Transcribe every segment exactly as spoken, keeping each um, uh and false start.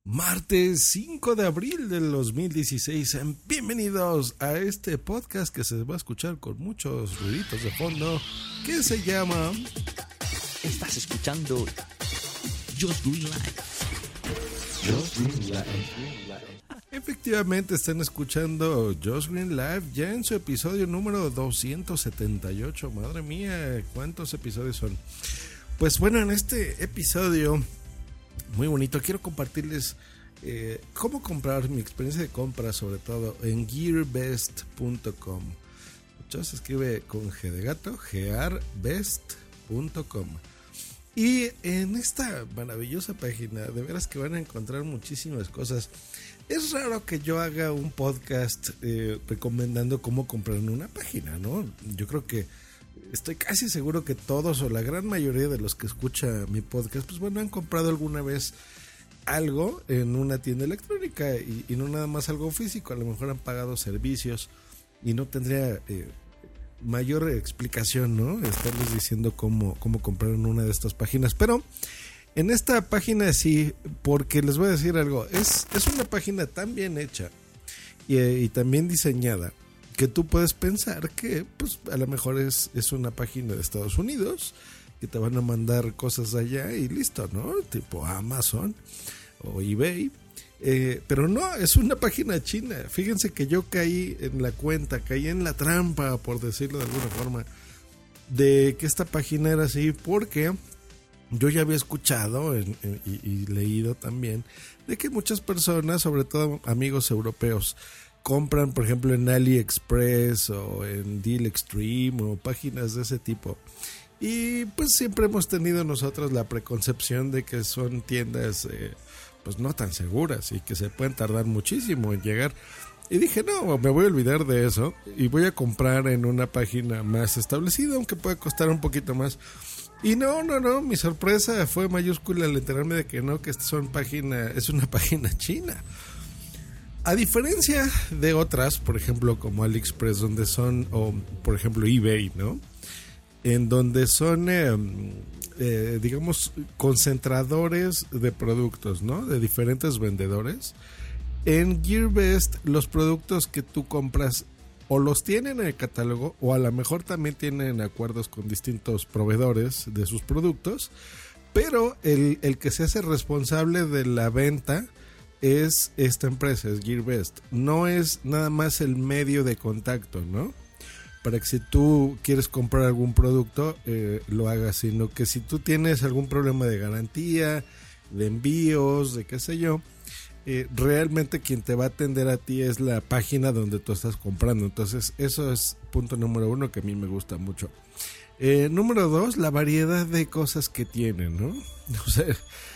Martes cinco de abril del dos mil dieciséis. Bienvenidos a este podcast que se va a escuchar con muchos ruiditos de fondo, que se llama... Estás escuchando Just Green Life. Just Green Life. Efectivamente están escuchando Just Green Life ya en su episodio número doscientos setenta y ocho. Madre mía, ¿cuántos episodios son? Pues bueno, en este episodio muy bonito quiero compartirles eh, cómo comprar, mi experiencia de compra, sobre todo en gearbest punto com. Mucho se escribe con G de gato, gearbest punto com. Y en esta maravillosa página, de veras que van a encontrar muchísimas cosas. Es raro que yo haga un podcast eh, recomendando cómo comprar en una página, ¿no? Yo creo que estoy casi seguro que todos o la gran mayoría de los que escucha mi podcast, pues bueno, han comprado alguna vez algo en una tienda electrónica y, y no nada más algo físico. A lo mejor han pagado servicios y no tendría eh, mayor explicación, ¿no? Estarles diciendo cómo, cómo comprar en una de estas páginas. Pero en esta página sí, porque les voy a decir algo, es, es una página tan bien hecha y, y tan bien diseñada que tú puedes pensar que pues a lo mejor es, es una página de Estados Unidos, que te van a mandar cosas allá y listo, ¿no? Tipo Amazon o eBay. Eh, pero no, es una página china. Fíjense que yo caí en la cuenta, caí en la trampa, por decirlo de alguna forma, de que esta página era así, porque yo ya había escuchado en, en, y, y leído también de que muchas personas, sobre todo amigos europeos, compran, por ejemplo, en AliExpress o en Deal Extreme o páginas de ese tipo. Y pues siempre hemos tenido nosotros la preconcepción de que son tiendas eh, pues no tan seguras y que se pueden tardar muchísimo en llegar. Y dije, no, me voy a olvidar de eso y voy a comprar en una página más establecida, aunque pueda costar un poquito más. Y no, no, no, mi sorpresa fue mayúscula al enterarme de que no, que esta son página, es una página china. A diferencia de otras, por ejemplo, como AliExpress, donde son, o por ejemplo eBay, ¿no? En donde son, eh, eh, digamos, concentradores de productos, ¿no? De diferentes vendedores. En GearBest, los productos que tú compras o los tienen en el catálogo, o a lo mejor también tienen acuerdos con distintos proveedores de sus productos, pero el, el que se hace responsable de la venta es esta empresa, es GearBest. No es nada más el medio de contacto, ¿no? Para que si tú quieres comprar algún producto, eh, lo hagas, sino que si tú tienes algún problema de garantía, de envíos, de qué sé yo, eh, realmente quien te va a atender a ti es la página donde tú estás comprando. Entonces, eso es punto número uno que a mí me gusta mucho. Eh, número dos, la variedad de cosas que tienen, ¿no? O sea,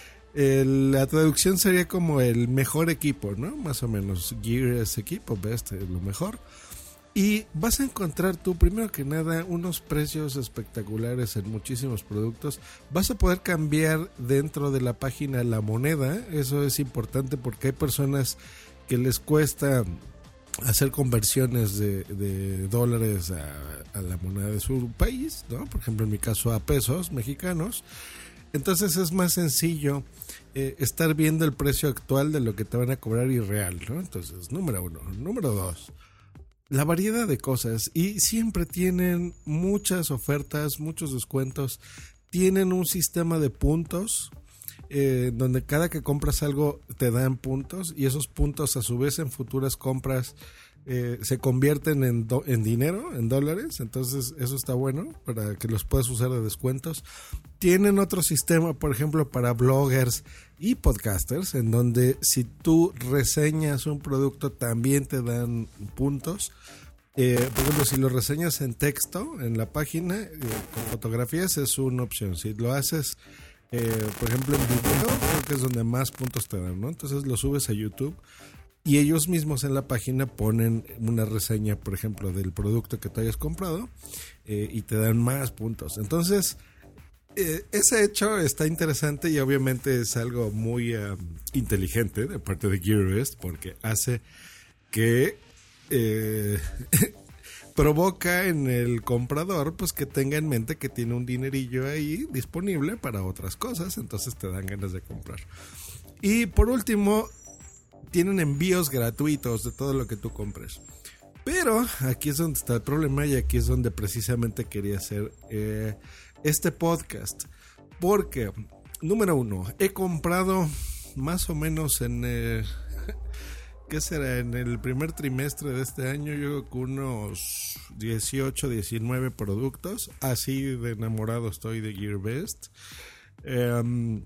El, la traducción sería como el mejor equipo, ¿no? Más o menos. Gear es equipo, Best es lo mejor. Y vas a encontrar tú, primero que nada, unos precios espectaculares en muchísimos productos. Vas a poder cambiar dentro de la página la moneda. Eso es importante porque hay personas que les cuesta hacer conversiones de, de dólares a, a la moneda de su país, ¿no? Por ejemplo, en mi caso, a pesos mexicanos. Entonces es más sencillo eh, estar viendo el precio actual de lo que te van a cobrar y real, ¿no? Entonces, número uno. Número dos, la variedad de cosas. Y siempre tienen muchas ofertas, muchos descuentos. Tienen un sistema de puntos eh, donde cada que compras algo te dan puntos. Y esos puntos a su vez en futuras compras Eh, se convierten en, do, en dinero, en dólares. Entonces eso está bueno para que los puedas usar de descuentos. Tienen otro sistema, por ejemplo, para bloggers y podcasters, en donde si tú reseñas un producto también te dan puntos. Eh, por ejemplo, si lo reseñas en texto en la página eh, con fotografías es una opción. Si lo haces eh, por ejemplo en video, creo que es donde más puntos te dan, ¿no? Entonces lo subes a YouTube y ellos mismos en la página ponen una reseña, por ejemplo, del producto que tú hayas comprado eh, y te dan más puntos. Entonces, eh, ese hecho está interesante y obviamente es algo muy uh, inteligente de parte de GearBest, porque hace que eh, provoca en el comprador pues que tenga en mente que tiene un dinerillo ahí disponible para otras cosas, entonces te dan ganas de comprar. Y por último, tienen envíos gratuitos de todo lo que tú compres. Pero aquí es donde está el problema y aquí es donde precisamente quería hacer eh, este podcast. Porque, número uno, he comprado más o menos en... Eh, ¿Qué será? En el primer trimestre de este año yo creo que unos dieciocho, diecinueve productos. Así de enamorado estoy de GearBest. Um,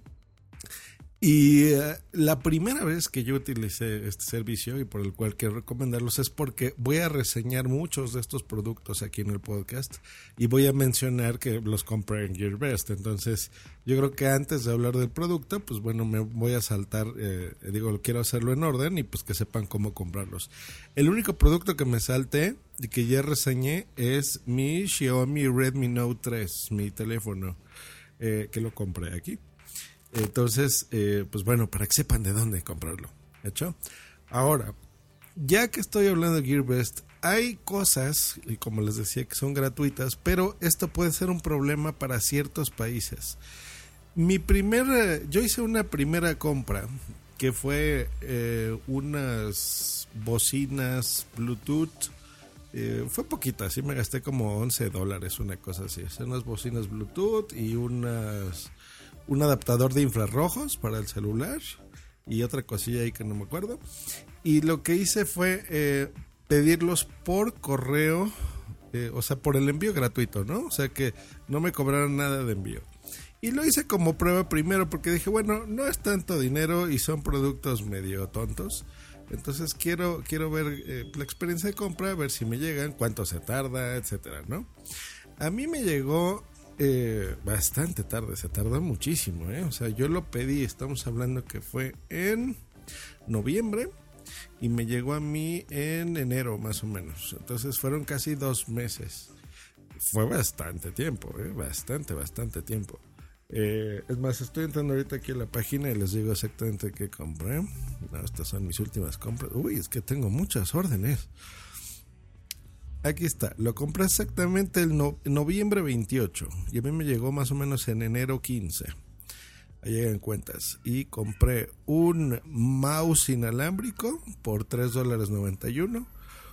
y uh, la primera vez que yo utilicé este servicio y por el cual quiero recomendarlos es porque voy a reseñar muchos de estos productos aquí en el podcast y voy a mencionar que los compré en GearBest. Entonces yo creo que antes de hablar del producto, pues bueno, me voy a saltar, eh, digo, quiero hacerlo en orden y pues que sepan cómo comprarlos. El único producto que me salté y que ya reseñé es mi Xiaomi Redmi Note tres, mi teléfono, eh, que lo compré aquí. Entonces, eh, pues bueno, para que sepan de dónde comprarlo, ¿hecho? Ahora, ya que estoy hablando de GearBest, hay cosas, y como les decía, que son gratuitas, pero esto puede ser un problema para ciertos países. Mi primera, yo hice una primera compra que fue eh, unas bocinas Bluetooth. Eh, fue poquita, sí me gasté como once dólares, una cosa así. Son unas bocinas Bluetooth y unas... un adaptador de infrarrojos para el celular y otra cosilla ahí que no me acuerdo. Y lo que hice fue eh, pedirlos por correo, eh, o sea, por el envío gratuito, ¿no? O sea, que no me cobraron nada de envío. Y lo hice como prueba primero porque dije, bueno, no es tanto dinero y son productos medio tontos. Entonces quiero, quiero ver eh, la experiencia de compra, ver si me llegan, cuánto se tarda, etcétera, ¿no? A mí me llegó... Eh, bastante tarde, se tardó muchísimo, ¿eh? O sea, yo lo pedí, estamos hablando que fue en noviembre y me llegó a mí en enero más o menos. Entonces fueron casi dos meses. Fue bastante tiempo, ¿eh? Bastante, bastante tiempo. Eh, es más, estoy entrando ahorita aquí a la página y les digo exactamente qué compré. No, estas son mis últimas compras. Uy, es que tengo muchas órdenes. Aquí está, lo compré exactamente el no, noviembre veintiocho y a mí me llegó más o menos en enero quince. Ahí llegan cuentas. Y compré un mouse inalámbrico por tres dólares noventa y uno.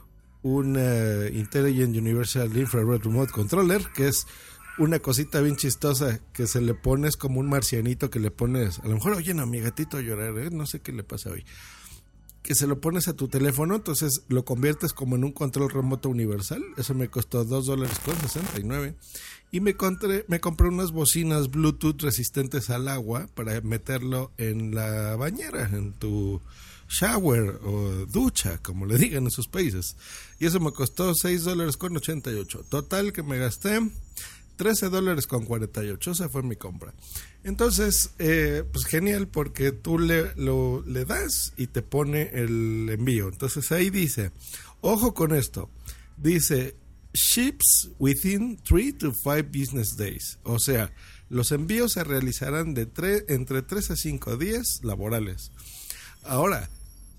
Un uh, Intelligent Universal Infrared Remote Controller, que es una cosita bien chistosa que se le pones como un marcianito que le pones. A lo mejor oyen a mi gatito llorar, ¿eh? No sé qué le pasa hoy. Que se lo pones a tu teléfono, entonces lo conviertes como en un control remoto universal. Eso me costó dos dólares con sesenta y nueve. Y me compré, me compré unas bocinas Bluetooth resistentes al agua para meterlo en la bañera, en tu shower o ducha, como le digan en sus países. Y eso me costó seis dólares con ochenta y ocho. Total que me gasté trece dólares con cuarenta y ocho. Esa fue mi compra. Entonces, eh, pues genial, porque tú le, lo, le das y te pone el envío. Entonces ahí dice, ojo con esto, dice ships within three to five business days. O sea, los envíos se realizarán de tre- entre tres a cinco días laborales. Ahora,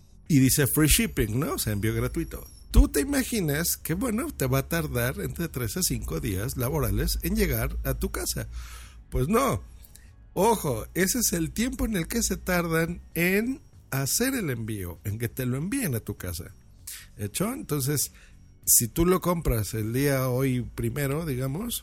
y dice free shipping, ¿no? O sea, envío gratuito. Tú te imaginas que, bueno, te va a tardar entre tres a cinco días laborales en llegar a tu casa. Pues no. Ojo, ese es el tiempo en el que se tardan en hacer el envío, en que te lo envíen a tu casa. ¿Hecho? Entonces, si tú lo compras el día hoy primero, digamos,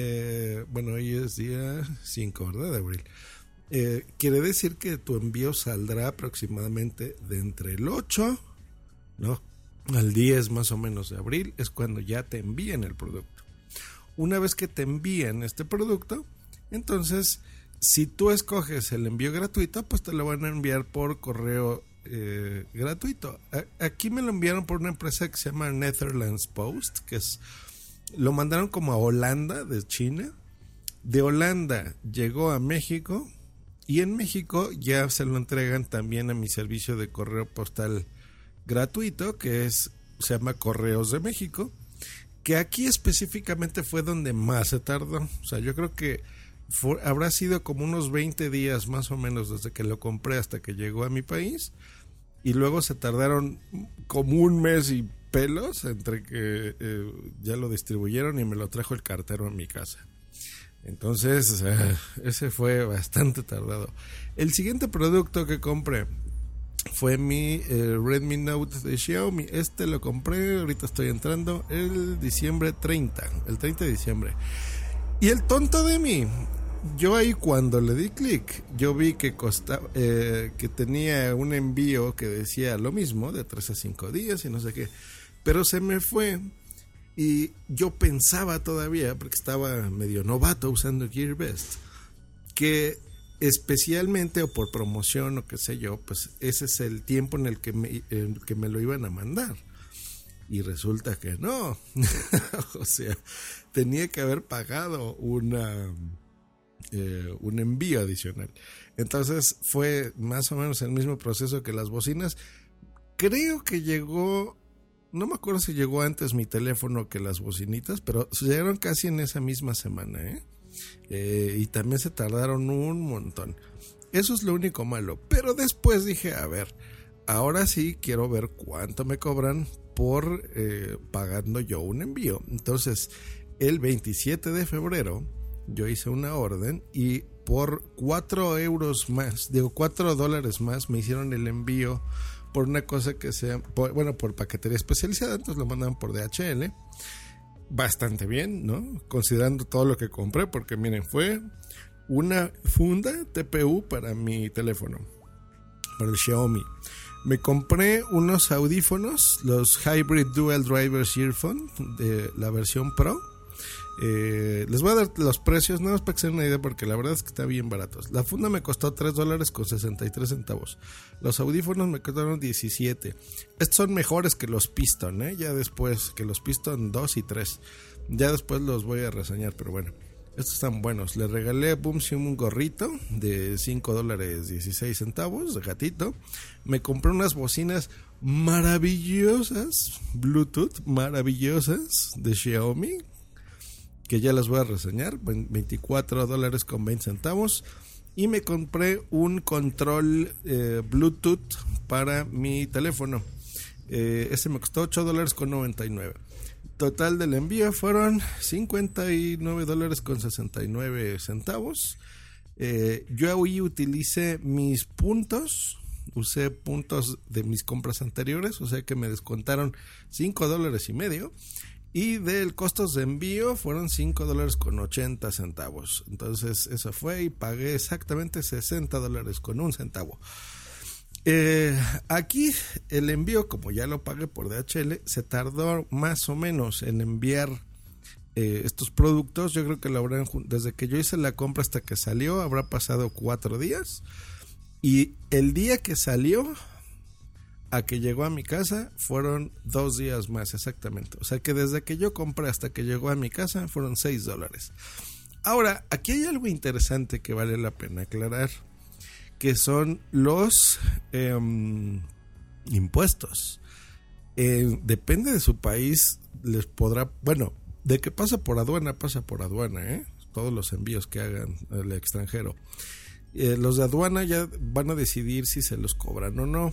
eh, bueno, hoy es día cinco, ¿verdad? De abril. Eh, quiere decir que tu envío saldrá aproximadamente de entre el ocho, ¿no? Al diez más o menos de abril, es cuando ya te envían el producto. Una vez que te envían este producto, entonces, si tú escoges el envío gratuito, pues te lo van a enviar por correo eh, gratuito. A- aquí me lo enviaron por una empresa que se llama Netherlands Post, que es, lo mandaron como a Holanda de China. De Holanda llegó a México y en México ya se lo entregan también a mi servicio de correo postal gratuito, que es, se llama Correos de México, que aquí específicamente fue donde más se tardó. O sea, yo creo que fue, habrá sido como unos veinte días más o menos desde que lo compré hasta que llegó a mi país, y luego se tardaron como un mes y pelos entre que eh, ya lo distribuyeron y me lo trajo el cartero a mi casa. Entonces, uh, ese fue bastante tardado. El siguiente producto que compré fue mi eh, Redmi Note de Xiaomi. Este lo compré, ahorita estoy entrando el diciembre treinta, el treinta de diciembre. Y el tonto de mí, yo ahí cuando le di clic, yo vi que costaba, eh, que tenía un envío que decía lo mismo, de tres a cinco días y no sé qué, pero se me fue. Y yo pensaba todavía, porque estaba medio novato usando GearBest, que especialmente o por promoción o qué sé yo, pues ese es el tiempo en el que me, en que me lo iban a mandar. Y resulta que no. O sea, tenía que haber pagado una eh, un envío adicional. Entonces fue más o menos el mismo proceso que las bocinas. Creo que llegó, no me acuerdo si llegó antes mi teléfono que las bocinitas, pero llegaron casi en esa misma semana, ¿eh? Eh, y también se tardaron un montón. Eso es lo único malo. Pero después dije, a ver, ahora sí quiero ver cuánto me cobran por eh, pagando yo un envío. Entonces, el veintisiete de febrero yo hice una orden y por cuatro euros más, digo cuatro dólares más, me hicieron el envío por una cosa que sea, por, bueno, por paquetería especializada. Entonces lo mandaban por D H L. Bastante bien, ¿no? Considerando todo lo que compré, porque miren, fue una funda T P U para mi teléfono, para el Xiaomi. Me compré unos audífonos, los Hybrid Dual Drivers Earphone de la versión Pro. Eh, les voy a dar los precios, nada más para que se den una idea, porque la verdad es que está bien baratos. La funda me costó tres dólares con sesenta y tres centavos. Los audífonos me costaron diecisiete. Estos son mejores que los Piston, ¿eh? Ya después, que los Piston dos y tres. Ya después los voy a reseñar, pero bueno, estos están buenos. Le regalé a Boomsium un gorrito de cinco dólares dieciséis centavos de gatito. Me compré unas bocinas maravillosas, Bluetooth, maravillosas, de Xiaomi, que ya las voy a reseñar, veinticuatro dólares con veinte centavos. Y me compré un control eh, Bluetooth para mi teléfono. Eh, ese me costó ocho dólares con noventa y nueve. Total del envío fueron cincuenta y nueve dólares con sesenta y nueve centavos. Eh, yo hoy utilicé mis puntos, usé puntos de mis compras anteriores, o sea que me descontaron cinco dólares y medio. Y del costos de envío fueron cinco dólares con ochenta centavos. Entonces eso fue y pagué exactamente sesenta dólares con un centavo. Eh, aquí el envío, como ya lo pagué por D H L, se tardó más o menos en enviar eh, estos productos. Yo creo que lo habrán, desde que yo hice la compra hasta que salió, habrá pasado cuatro días. Y el día que salió a que llegó a mi casa fueron dos días más exactamente. O sea que desde que yo compré hasta que llegó a mi casa fueron seis dólares. Ahora, aquí hay algo interesante que vale la pena aclarar, que son los eh, impuestos. Eh, depende de su país, les podrá, bueno, de que pasa por aduana, pasa por aduana, ¿eh? Todos los envíos que hagan al extranjero. Eh, los de aduana ya van a decidir si se los cobran o no.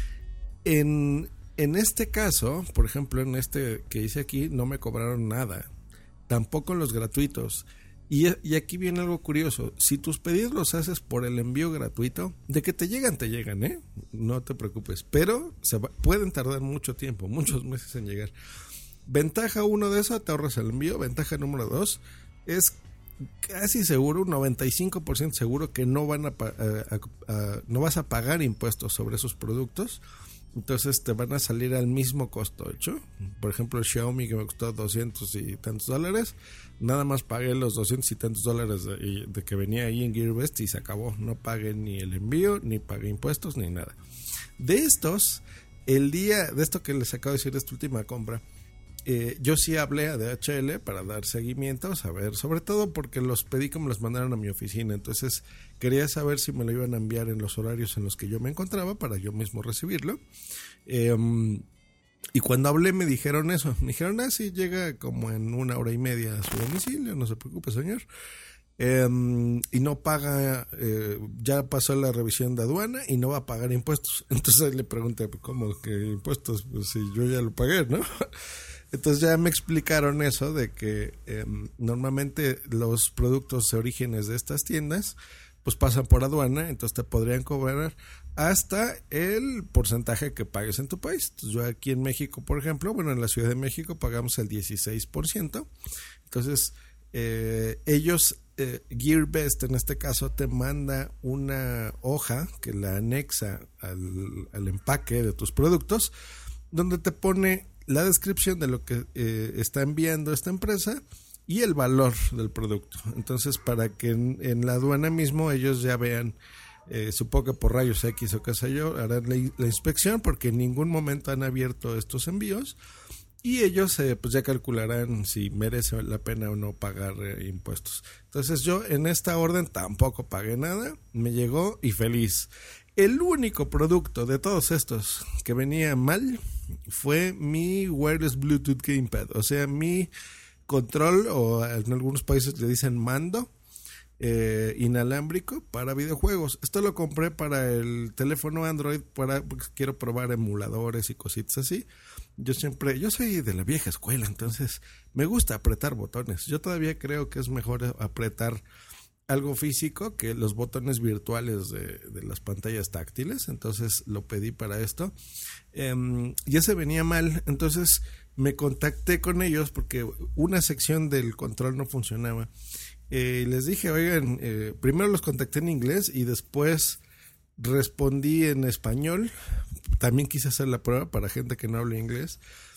En, en este caso, por ejemplo, en este que hice aquí, no me cobraron nada, tampoco los gratuitos. Y, y aquí viene algo curioso: si tus pedidos los haces por el envío gratuito, de que te llegan, te llegan, ¿eh? No te preocupes, pero se va, pueden tardar mucho tiempo, muchos meses en llegar. Ventaja uno de eso, te ahorras el envío. Ventaja número dos, es casi seguro, un noventa y cinco por ciento seguro que no, van a, a, a, a, no vas a pagar impuestos sobre esos productos. Entonces te van a salir al mismo costo hecho. Por ejemplo, el Xiaomi, que me costó doscientos y tantos dólares, nada más pagué los doscientos y tantos dólares de, de que venía ahí en GearBest y se acabó. No pagué ni el envío, ni pagué impuestos, ni nada. De estos, el día de esto que les acabo de decir, de esta última compra, eh, yo sí hablé a D H L para dar seguimiento, saber, sobre todo porque los pedí que me los mandaron a mi oficina. Entonces quería saber si me lo iban a enviar en los horarios en los que yo me encontraba para yo mismo recibirlo. Eh, y cuando hablé me dijeron eso, me dijeron, ah, sí, llega como en una hora y media a su domicilio, no se preocupe, señor. Eh, y no paga, eh, ya pasó la revisión de aduana y no va a pagar impuestos. Entonces le pregunté, ¿cómo que impuestos? Pues si yo ya lo pagué, ¿no? Entonces ya me explicaron eso de que eh, normalmente los productos de orígenes de estas tiendas pues pasan por aduana, entonces te podrían cobrar hasta el porcentaje que pagues en tu país. Entonces yo aquí en México, por ejemplo, bueno, en la Ciudad de México pagamos el dieciséis por ciento. Entonces eh, ellos, eh, GearBest en este caso, te manda una hoja que la anexa al, al empaque de tus productos, donde te pone la descripción de lo que eh, está enviando esta empresa y el valor del producto. Entonces, para que en, en la aduana mismo ellos ya vean, eh, supongo que por rayos X o qué sé yo, harán la, la inspección, porque en ningún momento han abierto estos envíos, y ellos eh, pues ya calcularán si merece la pena o no pagar eh, impuestos. Entonces yo en esta orden tampoco pagué nada, me llegó y feliz. El único producto de todos estos que venía mal fue mi wireless Bluetooth gamepad, o sea, mi control, o en algunos países le dicen mando eh, inalámbrico para videojuegos. Esto lo compré para el teléfono Android, para, porque quiero probar emuladores y cositas así. Yo siempre, yo soy de la vieja escuela, entonces me gusta apretar botones. Yo todavía creo que es mejor apretar algo físico que los botones virtuales de, de las pantallas táctiles. Entonces lo pedí para esto. Um, ya se venía mal, entonces me contacté con ellos porque una sección del control no funcionaba. Eh, les dije, oigan, eh, primero los contacté en inglés y después respondí en español. También quise hacer la prueba para gente que no habla inglés.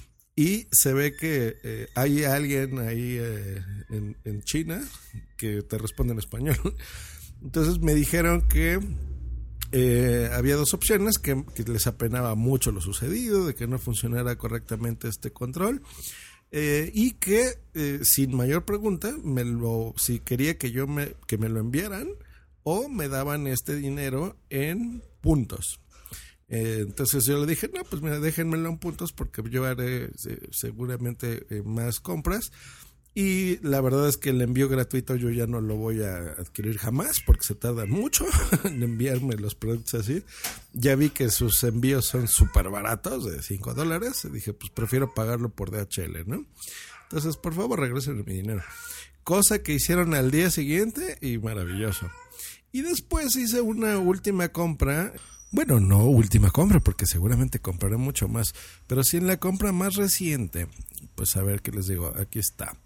Y se ve que eh, hay alguien ahí eh, en, en China que te responde en español. Entonces me dijeron que eh, había dos opciones, que, que les apenaba mucho lo sucedido, de que no funcionara correctamente este control, eh, y que eh, sin mayor pregunta, me lo, si quería que yo me, que me lo enviaran, o me daban este dinero en puntos. Eh, entonces yo le dije, no, pues mira, déjenmelo en puntos porque yo haré eh, seguramente eh, más compras, y la verdad es que el envío gratuito yo ya no lo voy a adquirir jamás porque se tarda mucho en enviarme los productos así. Ya vi que sus envíos son súper baratos, de cinco dólares, y dije, pues prefiero pagarlo por D H L, ¿no? Entonces, por favor, regresen mi dinero. Cosa que hicieron al día siguiente y maravilloso. Y después hice una última compra. Bueno, no última compra, porque seguramente compraré mucho más, pero sí en la compra más reciente. Pues a ver qué les digo, aquí está.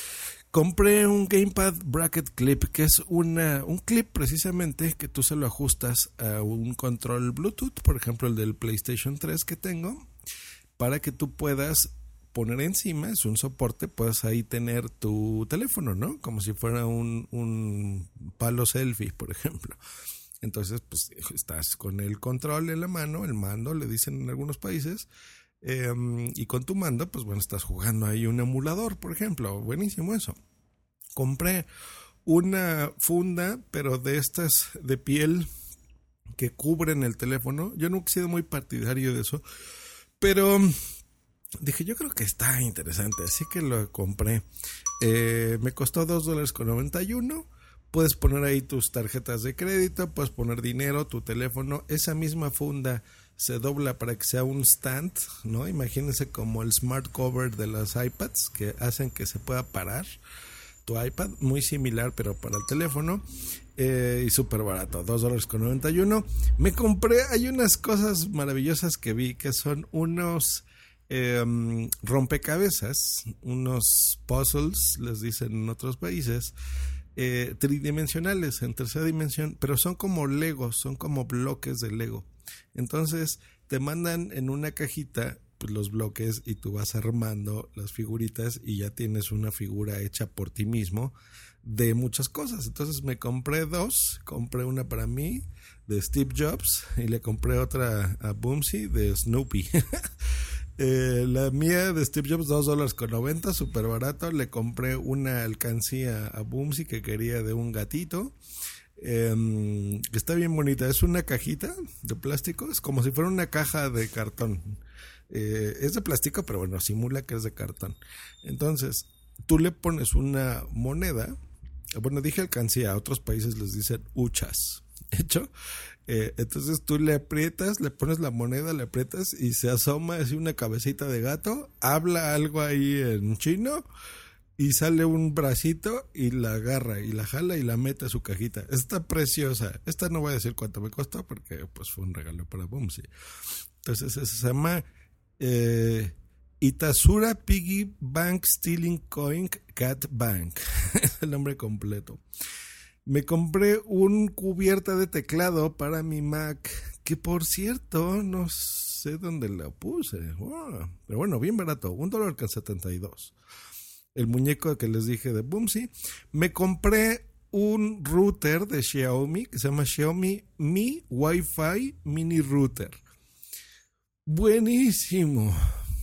Compré un Gamepad Bracket Clip, que es una un clip precisamente que tú se lo ajustas a un control Bluetooth, por ejemplo el del PlayStation tres que tengo, para que tú puedas poner encima, es un soporte, puedes ahí tener tu teléfono, ¿no? Como si fuera un, un palo selfie, por ejemplo. Entonces, pues estás con el control en la mano, el mando, le dicen en algunos países, eh, y con tu mando, pues bueno, estás jugando ahí un emulador, por ejemplo. Buenísimo eso. Compré una funda, pero de estas de piel que cubren el teléfono. Yo nunca he sido muy partidario de eso, pero dije, yo creo que está interesante, así que lo compré. Eh, me costó dos dólares con noventa y uno. Puedes poner ahí tus tarjetas de crédito, puedes poner dinero, tu teléfono. Esa misma funda se dobla para que sea un stand, ¿no? Imagínense como el smart cover de las iPads, que hacen que se pueda parar tu iPad, muy similar pero para el teléfono, eh, y súper barato, dos dólares con noventa y uno. Me compré, hay unas cosas maravillosas que vi, que son unos eh, rompecabezas, unos puzzles, les dicen en otros países, Eh, tridimensionales, en tercera dimensión, pero son como Legos, son como bloques de Lego. Entonces te mandan en una cajita pues, los bloques, y tú vas armando las figuritas y ya tienes una figura hecha por ti mismo de muchas cosas. Entonces me compré dos, compré una para mí de Steve Jobs y le compré otra a Boomsy de Snoopy. Eh, la mía de Steve Jobs, dos dólares con noventa, súper barato. Le compré una alcancía a Boomsy que quería de un gatito, eh, que está bien bonita. Es una cajita de plástico, es como si fuera una caja de cartón. Eh, es de plástico, pero bueno, simula que es de cartón. Entonces, tú le pones una moneda. Bueno, dije alcancía, a otros países les dicen huchas. Hecho, Eh, entonces tú le aprietas, le pones la moneda, le aprietas y se asoma así una cabecita de gato, habla algo ahí en chino y sale un bracito y la agarra y la jala y la mete a su cajita. Está preciosa. Esta no voy a decir cuánto me costó porque pues fue un regalo para Bumsy. Entonces se llama eh, Itasura Piggy Bank Stealing Coin Cat Bank. Es el nombre completo. Me compré un cubierta de teclado para mi Mac, que por cierto, no sé dónde la puse. Oh, pero bueno, bien barato, un dólar con setenta y dos. El muñeco que les dije de Bumsy. Me compré un router de Xiaomi, que se llama Xiaomi Mi Wi-Fi Mini Router. Buenísimo,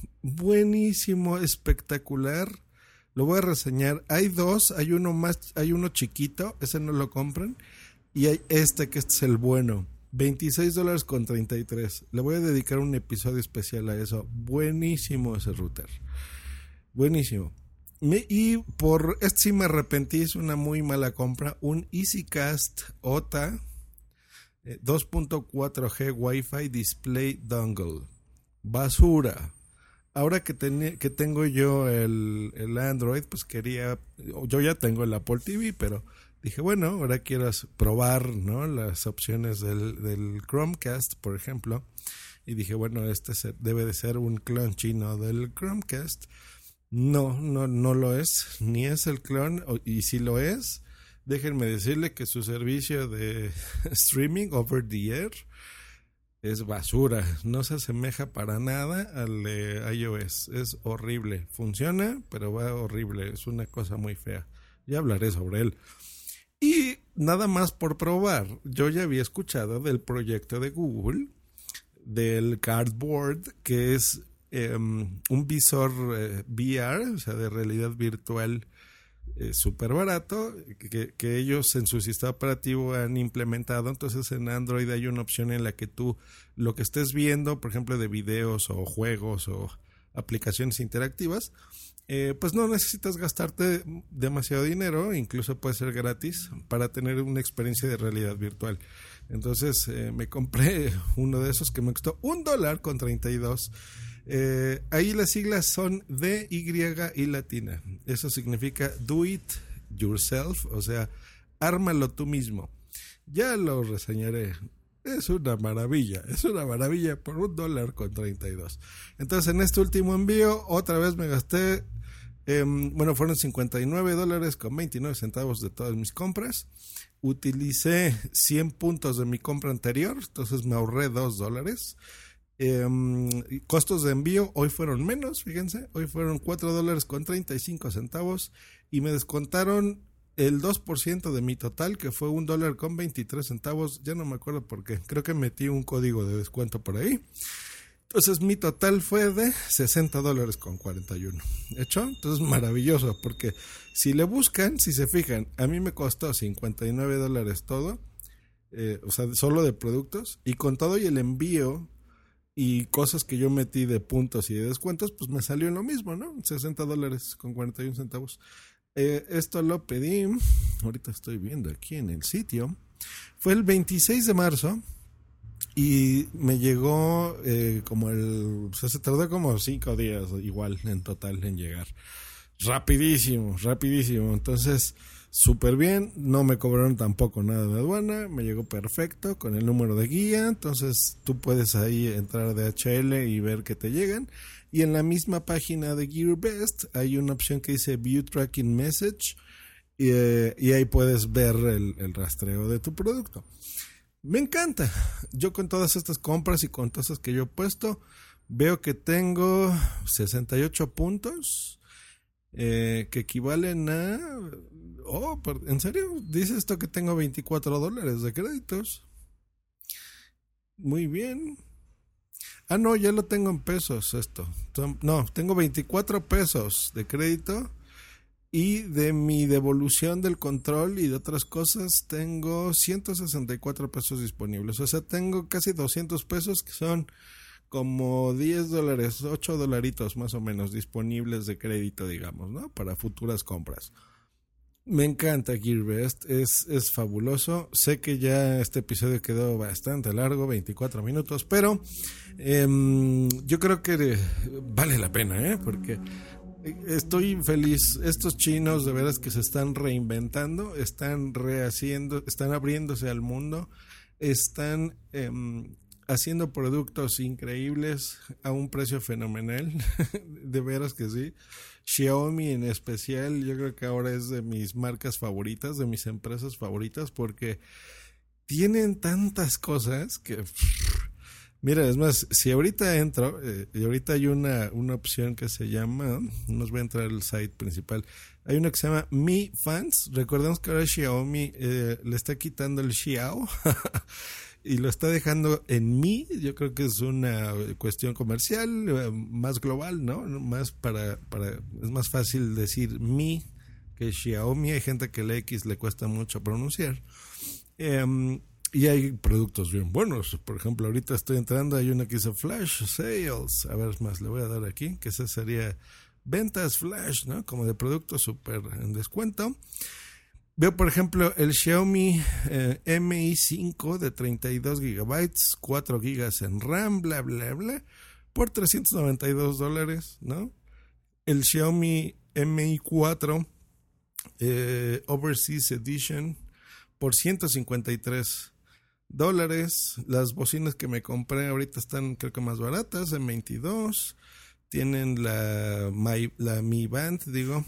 buenísimo, espectacular. Lo voy a reseñar. Hay dos, hay uno más, hay uno chiquito, ese no lo compran. Y hay este, que este es el bueno. veintiséis dólares con treinta y tres. Le voy a dedicar un episodio especial a eso. Buenísimo ese router. Buenísimo. Me, y por este sí me arrepentí, es una muy mala compra. Un EasyCast O T A eh, dos punto cuatro G Wi-Fi Display Dongle. Basura. Ahora que, ten, que tengo yo el, el Android, pues quería, yo ya tengo el Apple T V, pero dije, bueno, ahora quiero probar, ¿no?, las opciones del, del Chromecast, por ejemplo, y dije, bueno, este se, debe de ser un clon chino del Chromecast. No, no, no lo es, ni es el clon, y si lo es, déjenme decirle que su servicio de streaming over the air es basura, no se asemeja para nada al de iOS, es horrible, funciona, pero va horrible, es una cosa muy fea, ya hablaré sobre él. Y nada más por probar, yo ya había escuchado del proyecto de Google, del Cardboard, que es eh, un visor eh, V R, o sea, de realidad virtual, Eh, súper barato, que, que ellos en su sistema operativo han implementado. Entonces en Android hay una opción en la que tú lo que estés viendo, por ejemplo de videos o juegos o aplicaciones interactivas, eh, pues no necesitas gastarte demasiado dinero, incluso puede ser gratis para tener una experiencia de realidad virtual. Entonces eh, me compré uno de esos que me costó un dólar con treinta y dos. Eh, ahí las siglas son D, Y y latina. Eso significa do it yourself, o sea, ármalo tú mismo. Ya lo reseñaré. Es una maravilla, es una maravilla por un dólar con treinta y dos. Entonces en este último envío otra vez me gasté, eh, bueno, fueron cincuenta y nueve dólares con veintinueve centavos de todas mis compras. Utilicé cien puntos de mi compra anterior, entonces me ahorré dos dólares. Eh, costos de envío hoy fueron menos, fíjense, hoy fueron cuatro dólares con treinta y cinco centavos y me descontaron el dos por ciento de mi total, que fue un dólar con veintitrés centavos, ya no me acuerdo por qué, creo que metí un código de descuento por ahí. Entonces mi total fue de sesenta dólares con cuarenta y uno. ¿Hecho? Entonces maravilloso, porque si le buscan, si se fijan, a mí me costó cincuenta y nueve dólares todo, eh, o sea, solo de productos, y con todo y el envío y cosas que yo metí de puntos y de descuentos, pues me salió en lo mismo, ¿no? sesenta dólares con cuarenta y uno centavos. Eh, esto lo pedí, ahorita estoy viendo aquí en el sitio, fue el veintiséis de marzo y me llegó eh, como el, o sea, se tardó como cinco días igual en total en llegar. Rapidísimo, rapidísimo. Entonces, súper bien, no me cobraron tampoco nada de aduana, me llegó perfecto con el número de guía, entonces tú puedes ahí entrar de H L y ver que te llegan, y en la misma página de GearBest hay una opción que dice View Tracking Message y, eh, y ahí puedes ver el, el rastreo de tu producto. Me encanta, yo con todas estas compras y con cosas que yo he puesto, veo que tengo sesenta y ocho puntos. Eh, que equivalen a... Oh, ¿en serio? Dice esto que tengo veinticuatro dólares de créditos. Muy bien. Ah, no, ya lo tengo en pesos esto. No, tengo veinticuatro pesos de crédito. Y de mi devolución del control y de otras cosas tengo ciento sesenta y cuatro pesos disponibles. O sea, tengo casi doscientos pesos, que son como diez dólares, ocho dolaritos más o menos disponibles de crédito, digamos, ¿no? Para futuras compras. Me encanta GearBest, es, es fabuloso. Sé que ya este episodio quedó bastante largo, veinticuatro minutos, pero eh, yo creo que vale la pena, ¿eh? Porque estoy feliz. Estos chinos de veras que se están reinventando, están rehaciendo, están abriéndose al mundo, están eh, haciendo productos increíbles a un precio fenomenal, de veras que sí. Xiaomi en especial, yo creo que ahora es de mis marcas favoritas, de mis empresas favoritas, porque tienen tantas cosas que... Mira, es más, si ahorita entro, eh, y ahorita hay una, una opción que se llama, no os voy a entrar al site principal, hay una que se llama Mi Fans. Recordemos que ahora Xiaomi eh, le está quitando el Xiao y lo está dejando en Mi. Yo creo que es una cuestión comercial, eh, más global, ¿no? Más para, para, es más fácil decir Mi que Xiaomi. Hay gente que la X le cuesta mucho pronunciar. Eh, Y hay productos bien buenos. Por ejemplo, ahorita estoy entrando, hay una que dice Flash Sales. A ver, más le voy a dar aquí, que esa sería ventas flash, ¿no? Como de productos súper en descuento. Veo, por ejemplo, el Xiaomi eh, Mi I cinco de treinta y dos gigabytes, cuatro gigas en RAM, bla, bla, bla, por trescientos noventa y dos dólares, ¿no? El Xiaomi Mi I cuatro eh, Overseas Edition por ciento cincuenta y tres dólares. Las bocinas que me compré ahorita están creo que más baratas, en veintidós. Tienen la, My, la Mi Band, digo,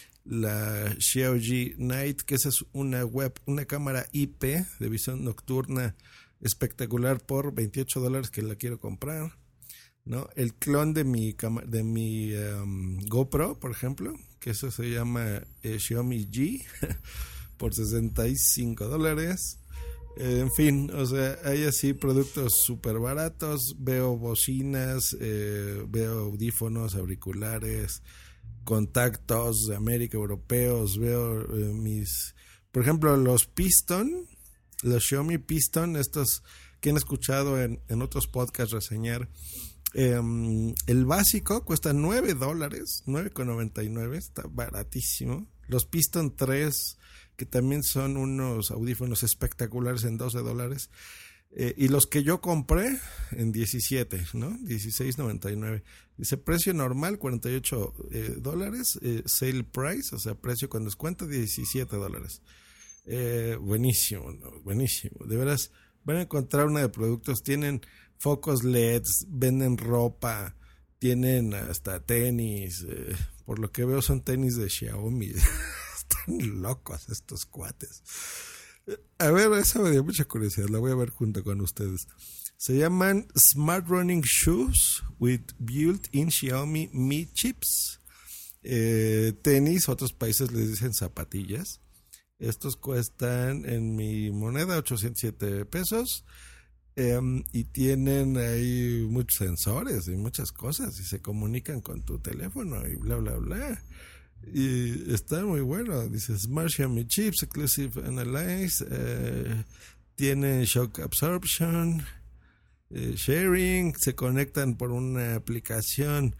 la Xiaomi Night, que esa es una web, una cámara I P de visión nocturna espectacular por veintiocho dólares, que la quiero comprar, ¿no? El clon de mi de mi um, GoPro, por ejemplo, que eso se llama eh, Xiaomi G por sesenta y cinco dólares. Eh, en fin, o sea, hay así productos súper baratos. Veo bocinas, eh, veo audífonos, auriculares, contactos de América, europeos. Veo eh, mis, por ejemplo, los Piston, los Xiaomi Piston, estos que han escuchado en, en otros podcasts reseñar. Eh, el básico cuesta nueve dólares, nueve con noventa y nueve, está baratísimo. Los Piston tres, que también son unos audífonos espectaculares, en doce dólares. Eh, y los que yo compré en diecisiete, ¿no? dieciséis noventa y nueve. Dice precio normal cuarenta y ocho eh, dólares, eh, sale price, o sea, precio con descuento diecisiete dólares. Eh, buenísimo, ¿no? Buenísimo. De veras, van a encontrar una de productos. Tienen focos L E Ds, venden ropa, tienen hasta tenis. Eh, por lo que veo son tenis de Xiaomi. Están locos estos cuates. A ver, esa me dio mucha curiosidad. La voy a ver junto con ustedes. Se llaman Smart Running Shoes with built-in Xiaomi Mi Chips. Eh, tenis, otros países les dicen zapatillas. Estos cuestan en mi moneda ochocientos siete pesos. Eh, y tienen ahí muchos sensores y muchas cosas. Y se comunican con tu teléfono y bla, bla, bla. Y está muy bueno. Dice Smart Xiaomi Chips, Exclusive Analyze, eh, tiene Shock Absorption, eh, Sharing, se conectan por una aplicación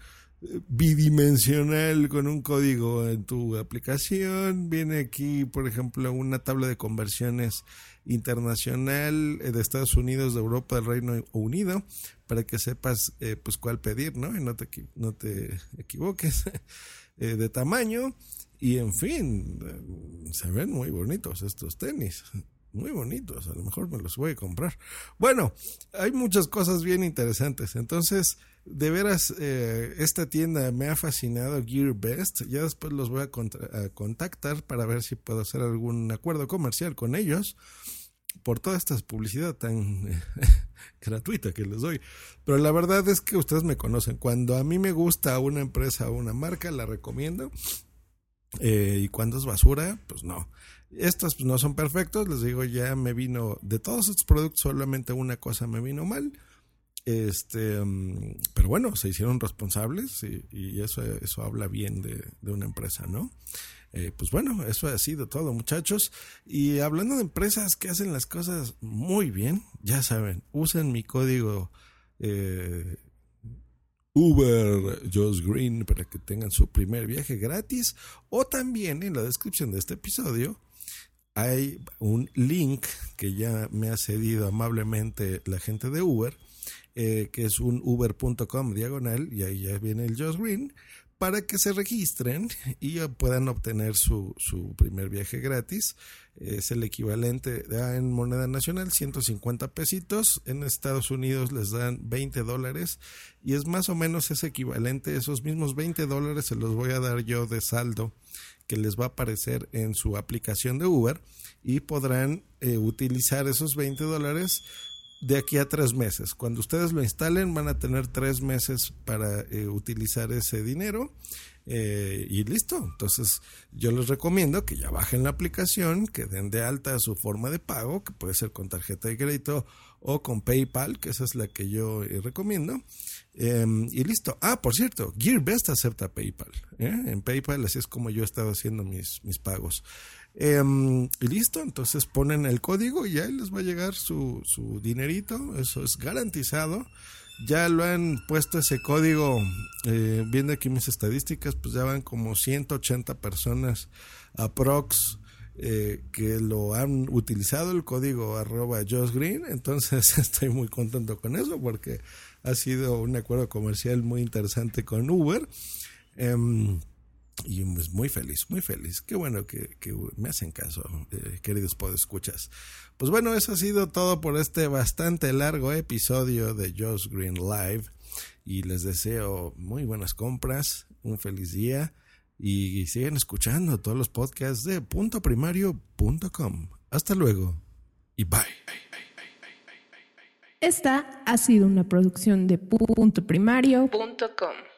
bidimensional con un código en tu aplicación. Viene aquí, por ejemplo, una tabla de conversiones internacional de Estados Unidos, de Europa, del Reino Unido, para que sepas eh, pues cuál pedir, ¿no? Y no te, no te equivoques. Eh, de tamaño, y en fin, eh, se ven muy bonitos estos tenis, muy bonitos. A lo mejor me los voy a comprar. Bueno, hay muchas cosas bien interesantes. Entonces, de veras, eh, esta tienda me ha fascinado, GearBest. Ya después los voy a, contra- a contactar para ver si puedo hacer algún acuerdo comercial con ellos por toda esta publicidad tan eh, gratuita que les doy. Pero la verdad es que ustedes me conocen. Cuando a mí me gusta una empresa o una marca, la recomiendo. Eh, y cuando es basura, pues no. Estos pues, no son perfectos. Les digo, ya me vino, de todos estos productos, solamente una cosa me vino mal. Este, um, pero bueno, se hicieron responsables y, y eso, eso habla bien de, de una empresa, ¿no? Eh, pues bueno, eso ha sido todo, muchachos. Y hablando de empresas que hacen las cosas muy bien, ya saben, usen mi código eh, Uber Josh Green para que tengan su primer viaje gratis. O también en la descripción de este episodio hay un link que ya me ha cedido amablemente la gente de Uber, eh, que es un uber punto com diagonal, y ahí ya viene el Josh Green, para que se registren y puedan obtener su, su primer viaje gratis. Es el equivalente a, en moneda nacional, ciento cincuenta pesitos. En Estados Unidos les dan veinte dólares y es más o menos ese equivalente. Esos mismos veinte dólares se los voy a dar yo de saldo que les va a aparecer en su aplicación de Uber, y podrán eh, utilizar esos veinte dólares de aquí a tres meses. Cuando ustedes lo instalen van a tener tres meses para eh, utilizar ese dinero eh, y listo. Entonces yo les recomiendo que ya bajen la aplicación, que den de alta su forma de pago, que puede ser con tarjeta de crédito o con PayPal, que esa es la que yo eh, recomiendo. Eh, y listo. Ah, por cierto, GearBest acepta PayPal. ¿eh? En PayPal así es como yo he estado haciendo mis, mis pagos. Eh, y listo, entonces ponen el código y ahí les va a llegar su, su dinerito. Eso es garantizado. Ya lo han puesto ese código, eh, viendo aquí mis estadísticas, pues ya van como ciento ochenta personas aprox eh, que lo han utilizado, el código arroba Josh Green. Entonces estoy muy contento con eso porque ha sido un acuerdo comercial muy interesante con Uber. eh, Y pues muy feliz, muy feliz. Qué bueno que, que me hacen caso, eh, queridos podescuchas. Pues bueno, eso ha sido todo por este bastante largo episodio de Josh Green Live. Y les deseo muy buenas compras, un feliz día. Y sigan escuchando todos los podcasts de punto primario punto com. Hasta luego y bye. Esta ha sido una producción de punto primario punto com.